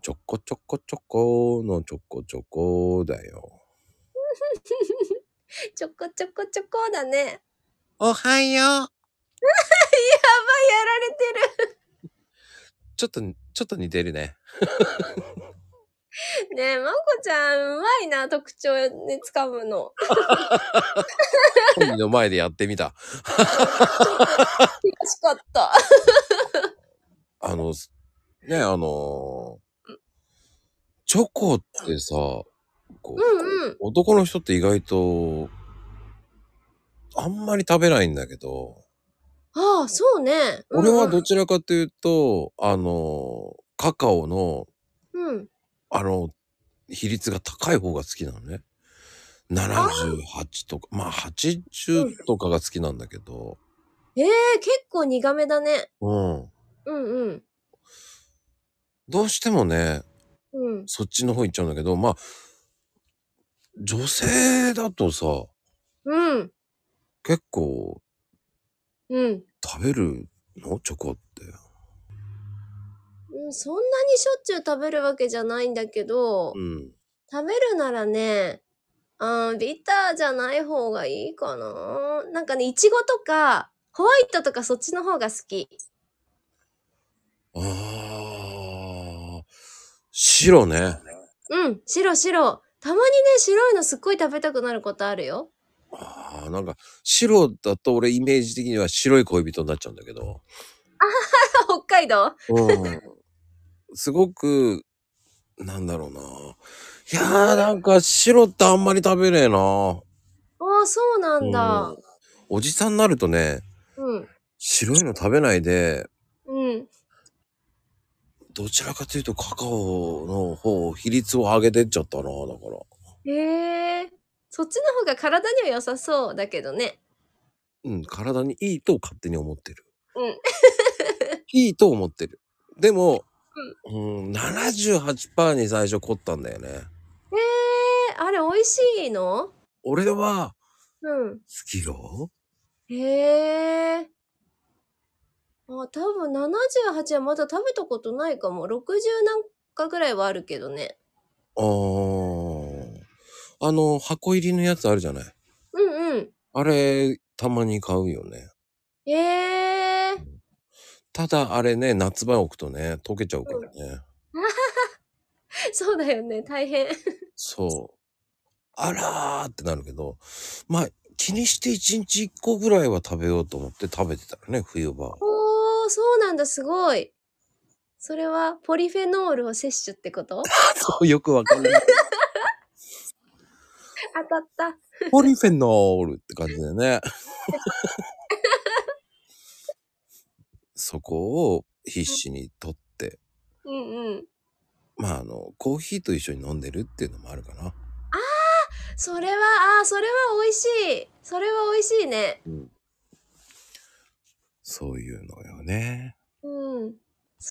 ちょこちょこちょこのちょこちょこだよ。 ちょこちょこちょこだね。 おはよう。 やばい、やられてる。 ちょっと似てるね。 ねえ、まこちゃん、うまいな、特徴につかむの。 本人の前でやってみた。 悔しかった。 ね、チョコってさ、こう、男の人って意外と、あんまり食べないんだけど、 ああ、そうね。 俺はどちらかというと、カカオの、比率が高い方が好きなのね。78とか、まあ80とかが好きなんだけど。 結構苦めだね。 うん。どうしてもね、そっちの方行っちゃうんだけど、まあ、女性だとさ、結構、食べるのチョコって。 そんなにしょっちゅう食べるわけじゃないんだけど、食べるならね、ビターじゃない方がいいかな。なんかね、いちごとか、ホワイトとかそっちの方が好き。 白ね。 白。たまにね、白いのすっごい食べたくなることあるよ。 なんか、白だと俺イメージ的には白い恋人になっちゃうんだけど。 北海道すごく、なんだろうな。いやー、なんか白ってあんまり食べねえな。 ああ、そうなんだ。 おじさんになるとね、白いの食べないで、どちらかというとカカオの方、比率を上げてっちゃったな、だから。 へえ。そっちの方が体には良さそうだけどね。 体にいいと勝手に思ってる。 うん。 いいと思ってる。でも、78% に最初凝ったんだよね。 あれ美味しいの？ 俺は、 好きよ。 へえ。多分78はまだ食べたことないかも。60なんかぐらいはあるけどね。 箱入りのやつあるじゃない。あれ、たまに買うよね。 へえ。 ただ、あれね、夏場置くとね、溶けちゃうからね。 そうだよね、大変。 そう。あらーってなるけど、まあ、気にして1日1個ぐらいは食べようと思って食べてたらね、冬場。 おー、そうなんだ、すごい。それはポリフェノールを摂取ってこと？ そう、よくわかんない。 当たった。 ポリフェノールって感じだよね。そこを必死に取って、まあ、コーヒーと一緒に飲んでるっていうのもあるかな。 それは美味しい。それは美味しいね。 そういうのよね。